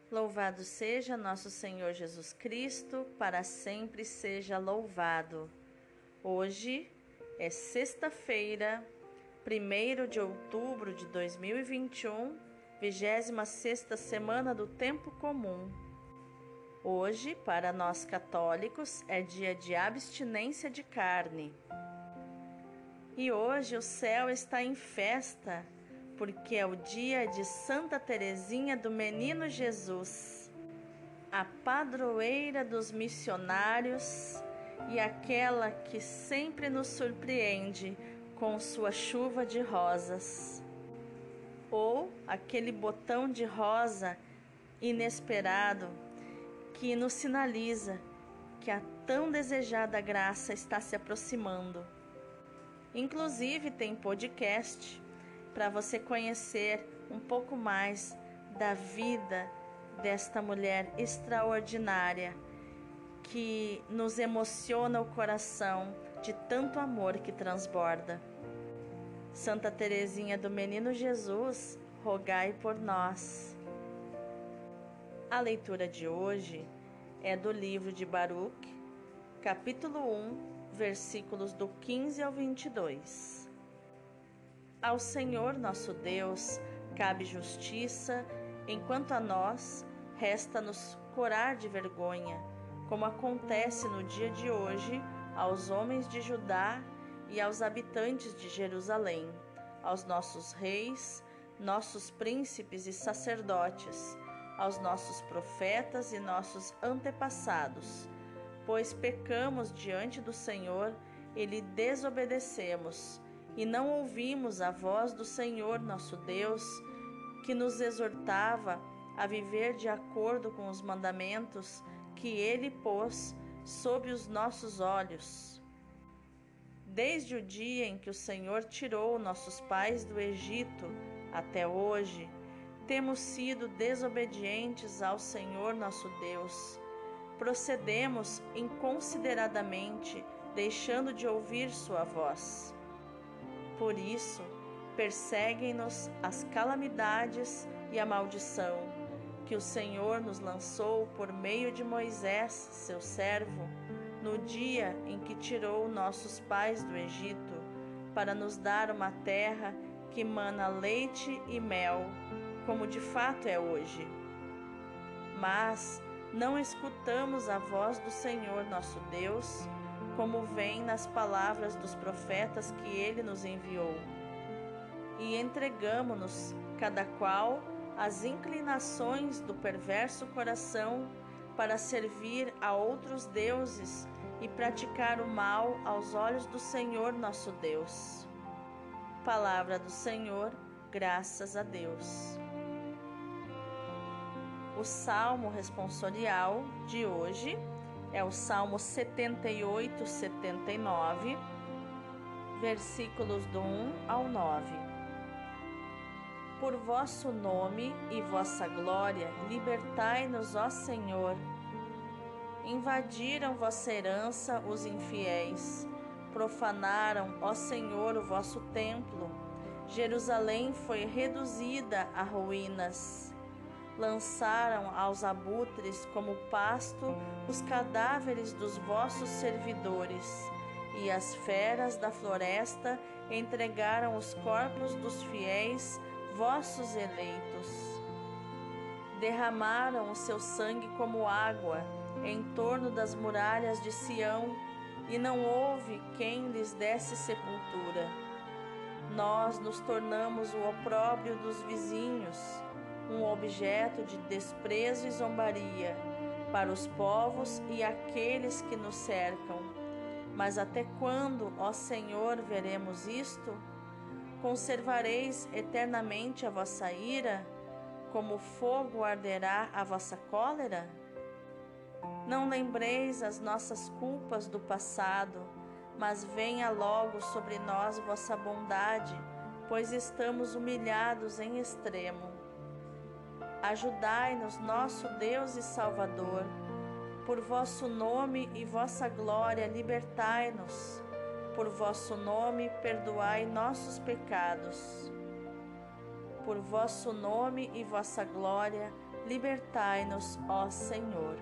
Louvado seja nosso Senhor Jesus Cristo, para sempre seja louvado. Hoje é sexta-feira, 1º de outubro de 2021, 26ª semana do Tempo Comum. Hoje, para nós católicos, é dia de abstinência de carne. E hoje o céu está em festa, porque é o dia de Santa Teresinha do Menino Jesus, a padroeira dos missionários e aquela que sempre nos surpreende com sua chuva de rosas, ou aquele botão de rosa inesperado que nos sinaliza que a tão desejada graça está se aproximando. Inclusive tem podcast para você conhecer um pouco mais da vida desta mulher extraordinária que nos emociona o coração de tanto amor que transborda. Santa Teresinha do Menino Jesus, rogai por nós. A leitura de hoje é do livro de Baruque, capítulo 1, versículos do 15 ao 22. Ao Senhor nosso Deus cabe justiça, enquanto a nós resta-nos corar de vergonha, como acontece no dia de hoje aos homens de Judá e aos habitantes de Jerusalém, aos nossos reis, nossos príncipes e sacerdotes, aos nossos profetas e nossos antepassados, pois pecamos diante do Senhor e lhe desobedecemos, e não ouvimos a voz do Senhor nosso Deus, que nos exortava a viver de acordo com os mandamentos que Ele pôs sob os nossos olhos. Desde o dia em que o Senhor tirou nossos pais do Egito até hoje, temos sido desobedientes ao Senhor nosso Deus. Procedemos inconsideradamente, deixando de ouvir sua voz. Por isso, perseguem-nos as calamidades e a maldição que o Senhor nos lançou por meio de Moisés, seu servo, no dia em que tirou nossos pais do Egito, para nos dar uma terra que mana leite e mel, como de fato é hoje. Mas não escutamos a voz do Senhor nosso Deus, como vem nas palavras dos profetas que Ele nos enviou. E entregamo-nos, cada qual, às inclinações do perverso coração, para servir a outros deuses e praticar o mal aos olhos do Senhor nosso Deus. Palavra do Senhor, graças a Deus. O Salmo responsorial de hoje é o Salmo 78, 79, versículos do 1 ao 9. Por vosso nome e vossa glória, libertai-nos, ó Senhor. Invadiram vossa herança os infiéis, profanaram, ó Senhor, o vosso templo. Jerusalém foi reduzida a ruínas. Lançaram aos abutres como pasto os cadáveres dos vossos servidores, e as feras da floresta entregaram os corpos dos fiéis, vossos eleitos. Derramaram o seu sangue como água em torno das muralhas de Sião, e não houve quem lhes desse sepultura. Nós nos tornamos o opróbrio dos vizinhos, um objeto de desprezo e zombaria para os povos e aqueles que nos cercam. Mas até quando, ó Senhor, veremos isto? Conservareis eternamente a vossa ira? Como fogo arderá a vossa cólera? Não lembreis as nossas culpas do passado, mas venha logo sobre nós vossa bondade, pois estamos humilhados em extremo. Ajudai-nos, nosso Deus e Salvador, por vosso nome e vossa glória, libertai-nos. Por vosso nome, perdoai nossos pecados. Por vosso nome e vossa glória, Libertai-nos, ó Senhor.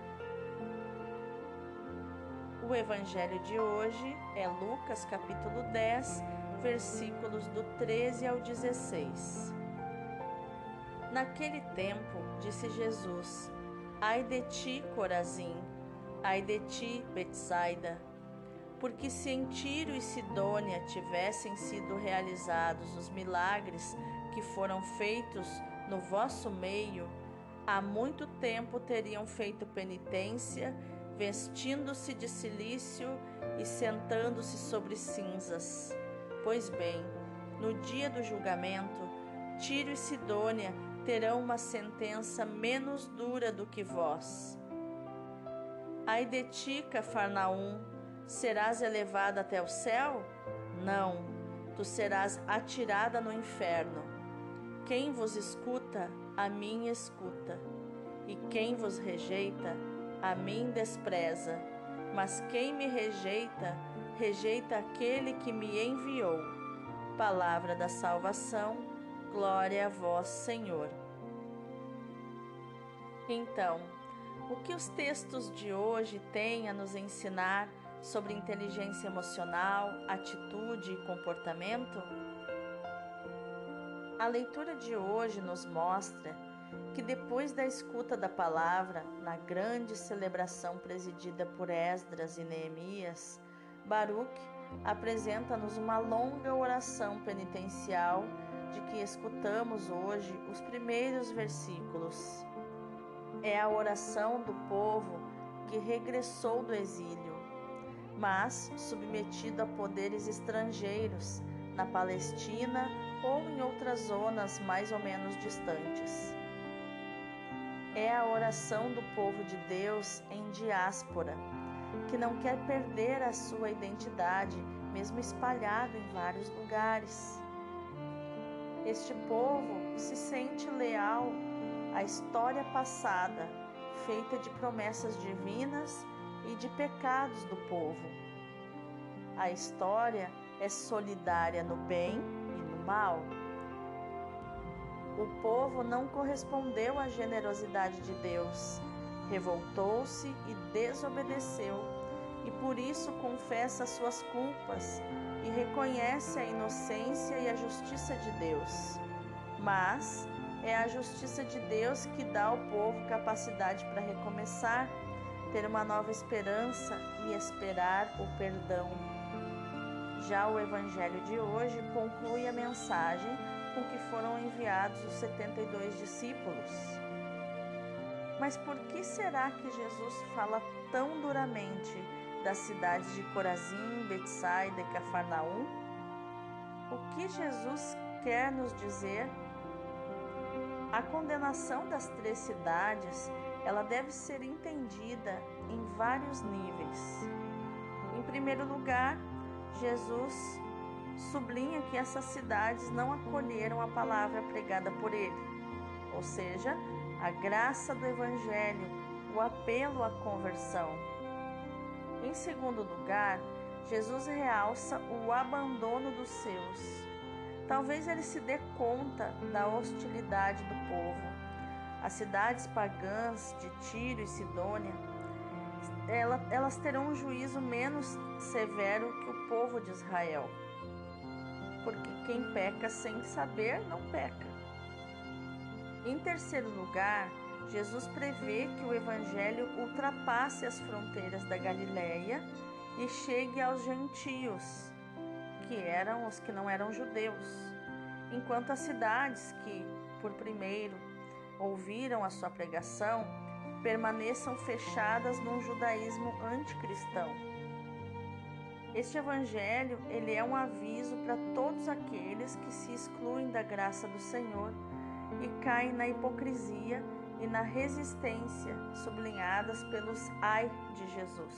O evangelho de hoje é Lucas capítulo 10, versículos do 13 ao 16. Naquele tempo, disse Jesus: Ai de ti, Corazim, ai de ti, Betsaida, porque se em Tiro e Sidônia tivessem sido realizados os milagres que foram feitos no vosso meio, há muito tempo teriam feito penitência, vestindo-se de cilício e sentando-se sobre cinzas. Pois bem, no dia do julgamento, Tiro e Sidônia terão uma sentença menos dura do que vós. Ai de ti, Cafarnaum, serás elevada até o céu? Não, tu serás atirada no inferno. Quem vos escuta, a mim escuta, e quem vos rejeita, a mim despreza. Mas quem me rejeita, rejeita aquele que me enviou. Palavra da salvação, glória a vós, Senhor. Então, o que os textos de hoje têm a nos ensinar sobre inteligência emocional, atitude e comportamento? A leitura de hoje nos mostra que depois da escuta da palavra, na grande celebração presidida por Esdras e Neemias, Baruque apresenta-nos uma longa oração penitencial de que escutamos hoje os primeiros versículos. É a oração do povo que regressou do exílio, mas submetido a poderes estrangeiros na Palestina ou em outras zonas mais ou menos distantes. É a oração do povo de Deus em diáspora, que não quer perder a sua identidade, mesmo espalhado em vários lugares. Este povo se sente leal à história passada, feita de promessas divinas e de pecados do povo. A história é solidária no bem e no mal. O povo não correspondeu à generosidade de Deus, revoltou-se e desobedeceu, e por isso confessa suas culpas e reconhece a inocência e a justiça de Deus. Mas é a justiça de Deus que dá ao povo capacidade para recomeçar, ter uma nova esperança e esperar o perdão. Já o evangelho de hoje conclui a mensagem com que foram enviados os 72 discípulos. Mas por que será que Jesus fala tão duramente das cidades de Corazim, Betsaida e Cafarnaum? O que Jesus quer nos dizer? A condenação das 3 cidades, ela deve ser entendida em vários níveis. Em primeiro lugar, Jesus sublinha que essas cidades não acolheram a palavra pregada por ele, ou seja, a graça do Evangelho, o apelo à conversão. Em segundo lugar, Jesus realça o abandono dos seus. Talvez ele se dê conta da hostilidade do povo. As cidades pagãs de Tiro e Sidônia, elas terão um juízo menos severo que o povo de Israel. Porque quem peca sem saber, não peca. Em terceiro lugar, Jesus prevê que o Evangelho ultrapasse as fronteiras da Galileia e chegue aos gentios, que eram os que não eram judeus, enquanto as cidades que, por primeiro, ouviram a sua pregação, permaneçam fechadas num judaísmo anticristão. Este evangelho, ele é um aviso para todos aqueles que se excluem da graça do Senhor e caem na hipocrisia e na resistência sublinhadas pelos ai de Jesus.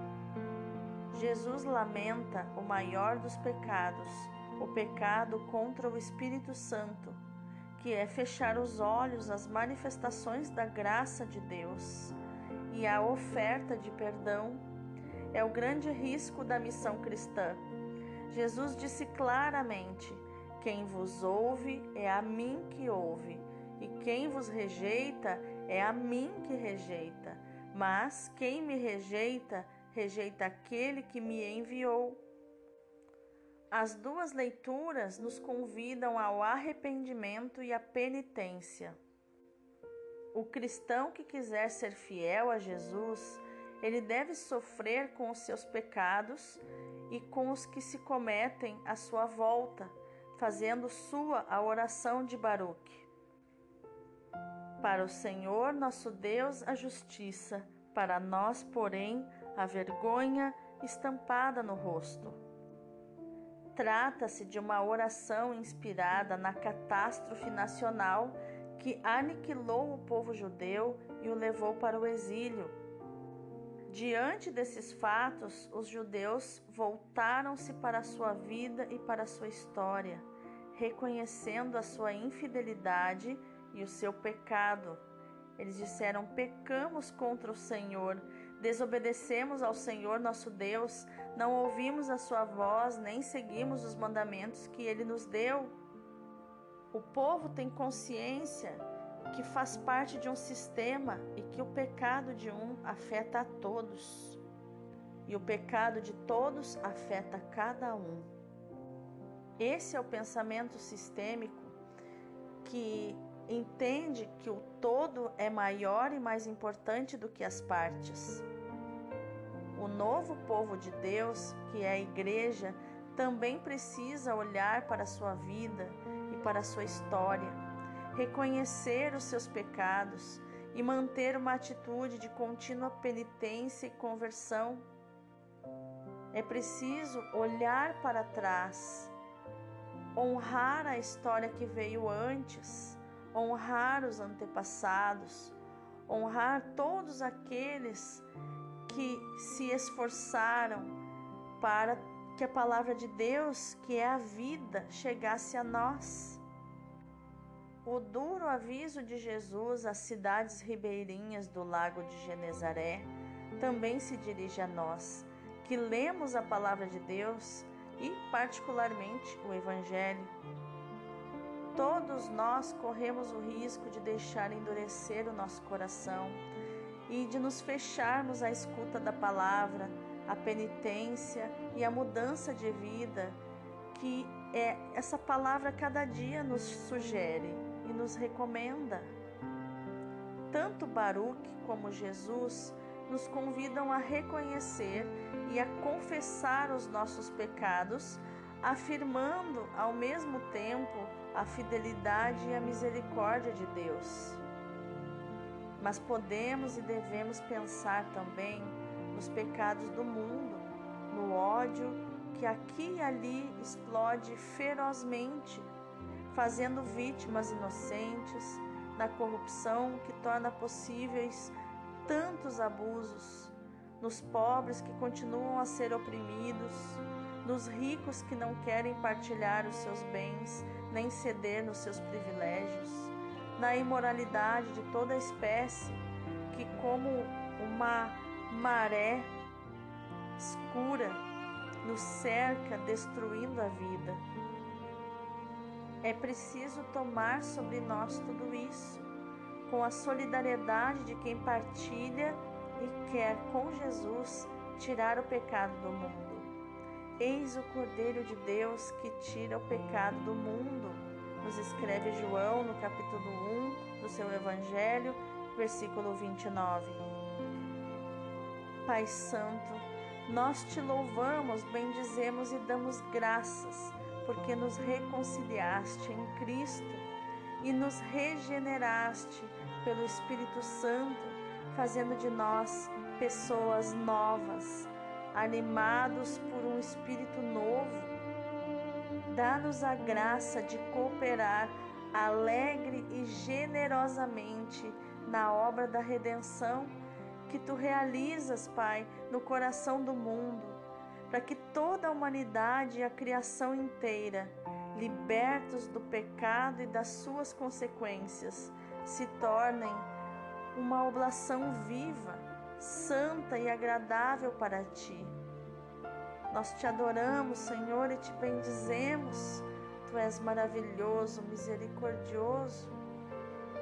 Jesus lamenta o maior dos pecados, o pecado contra o Espírito Santo, que é fechar os olhos às manifestações da graça de Deus, e a oferta de perdão é o grande risco da missão cristã. Jesus disse claramente: quem vos ouve é a mim que ouve, e quem vos rejeita é a mim que rejeita, mas quem me rejeita, rejeita aquele que me enviou. As duas leituras nos convidam ao arrependimento e à penitência. O cristão que quiser ser fiel a Jesus, ele deve sofrer com os seus pecados e com os que se cometem à sua volta, fazendo sua a oração de Baruque. Para o Senhor nosso Deus a justiça, para nós, porém, a vergonha estampada no rosto. Trata-se de uma oração inspirada na catástrofe nacional que aniquilou o povo judeu e o levou para o exílio. Diante desses fatos, os judeus voltaram-se para a sua vida e para a sua história, reconhecendo a sua infidelidade e o seu pecado. Eles disseram: pecamos contra o Senhor, desobedecemos ao Senhor nosso Deus, não ouvimos a sua voz, nem seguimos os mandamentos que ele nos deu. O povo tem consciência que faz parte de um sistema e que o pecado de um afeta a todos. E o pecado de todos afeta cada um. Esse é o pensamento sistêmico que entende que o todo é maior e mais importante do que as partes. O novo povo de Deus, que é a igreja, também precisa olhar para a sua vida e para a sua história, reconhecer os seus pecados e manter uma atitude de contínua penitência e conversão. É preciso olhar para trás, honrar a história que veio antes, honrar os antepassados, honrar todos aqueles que se esforçaram para que a palavra de Deus, que é a vida, chegasse a nós. O duro aviso de Jesus às cidades ribeirinhas do lago de Genezaré também se dirige a nós, que lemos a palavra de Deus e, particularmente, o Evangelho. Todos nós corremos o risco de deixar endurecer o nosso coração e de nos fecharmos à escuta da palavra, à penitência e à mudança de vida que essa palavra cada dia nos sugere e nos recomenda. Tanto Baruque como Jesus nos convidam a reconhecer e a confessar os nossos pecados, afirmando ao mesmo tempo a fidelidade e a misericórdia de Deus. Mas podemos e devemos pensar também nos pecados do mundo, no ódio que aqui e ali explode ferozmente, fazendo vítimas inocentes, na corrupção que torna possíveis tantos abusos, nos pobres que continuam a ser oprimidos, nos ricos que não querem partilhar os seus bens, nem ceder nos seus privilégios, na imoralidade de toda espécie, que como uma maré escura nos cerca, destruindo a vida. É preciso tomar sobre nós tudo isso, com a solidariedade de quem partilha e quer, com Jesus, tirar o pecado do mundo. Eis o Cordeiro de Deus que tira o pecado do mundo, nos escreve João no capítulo 1 do seu Evangelho, versículo 29. Pai Santo, nós te louvamos, bendizemos e damos graças, porque nos reconciliaste em Cristo e nos regeneraste pelo Espírito Santo, fazendo de nós pessoas novas, animados por um Espírito novo. Dá-nos a graça de cooperar alegre e generosamente na obra da redenção que Tu realizas, Pai, no coração do mundo, para que toda a humanidade e a criação inteira, libertos do pecado e das suas consequências, se tornem uma oblação viva, santa e agradável para Ti. Nós Te adoramos, Senhor, e Te bendizemos. Tu és maravilhoso, misericordioso.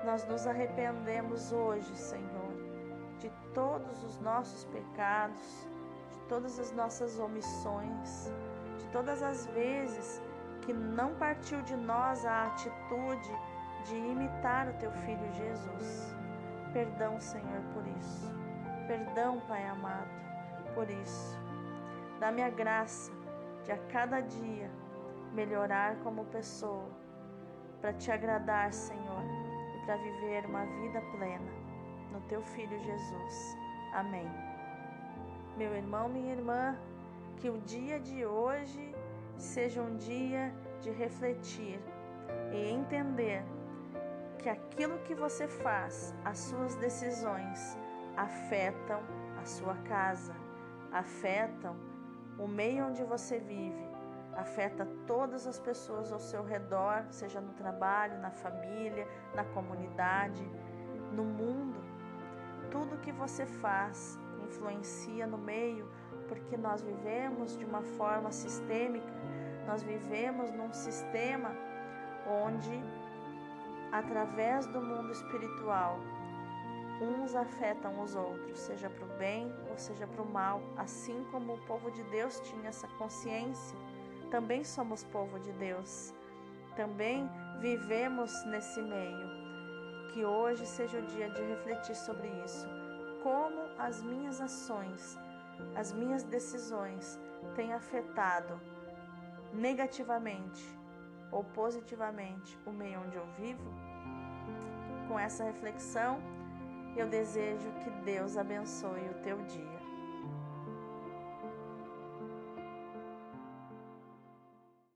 Nós nos arrependemos hoje, Senhor, de todos os nossos pecados, de todas as nossas omissões, de todas as vezes que não partiu de nós a atitude de imitar o Teu Filho Jesus. Perdão, Senhor, por isso. Perdão, Pai amado, por isso. Dá-me a graça de a cada dia melhorar como pessoa, para Te agradar, Senhor, e para viver uma vida plena no Teu Filho Jesus. Amém. Meu irmão, minha irmã, que o dia de hoje seja um dia de refletir e entender que aquilo que você faz, as suas decisões, afetam a sua casa, afetam o meio onde você vive, afeta todas as pessoas ao seu redor, seja no trabalho, na família, na comunidade, no mundo. Tudo que você faz influencia no meio, porque nós vivemos de uma forma sistêmica, nós vivemos num sistema onde, através do mundo espiritual, uns afetam os outros, seja para o bem ou seja para o mal. Assim como o povo de Deus tinha essa consciência, também somos povo de Deus, também vivemos nesse meio. Que hoje seja o dia de refletir sobre isso. Como as minhas ações, as minhas decisões têm afetado negativamente ou positivamente o meio onde eu vivo? Com essa reflexão, eu desejo que Deus abençoe o teu dia.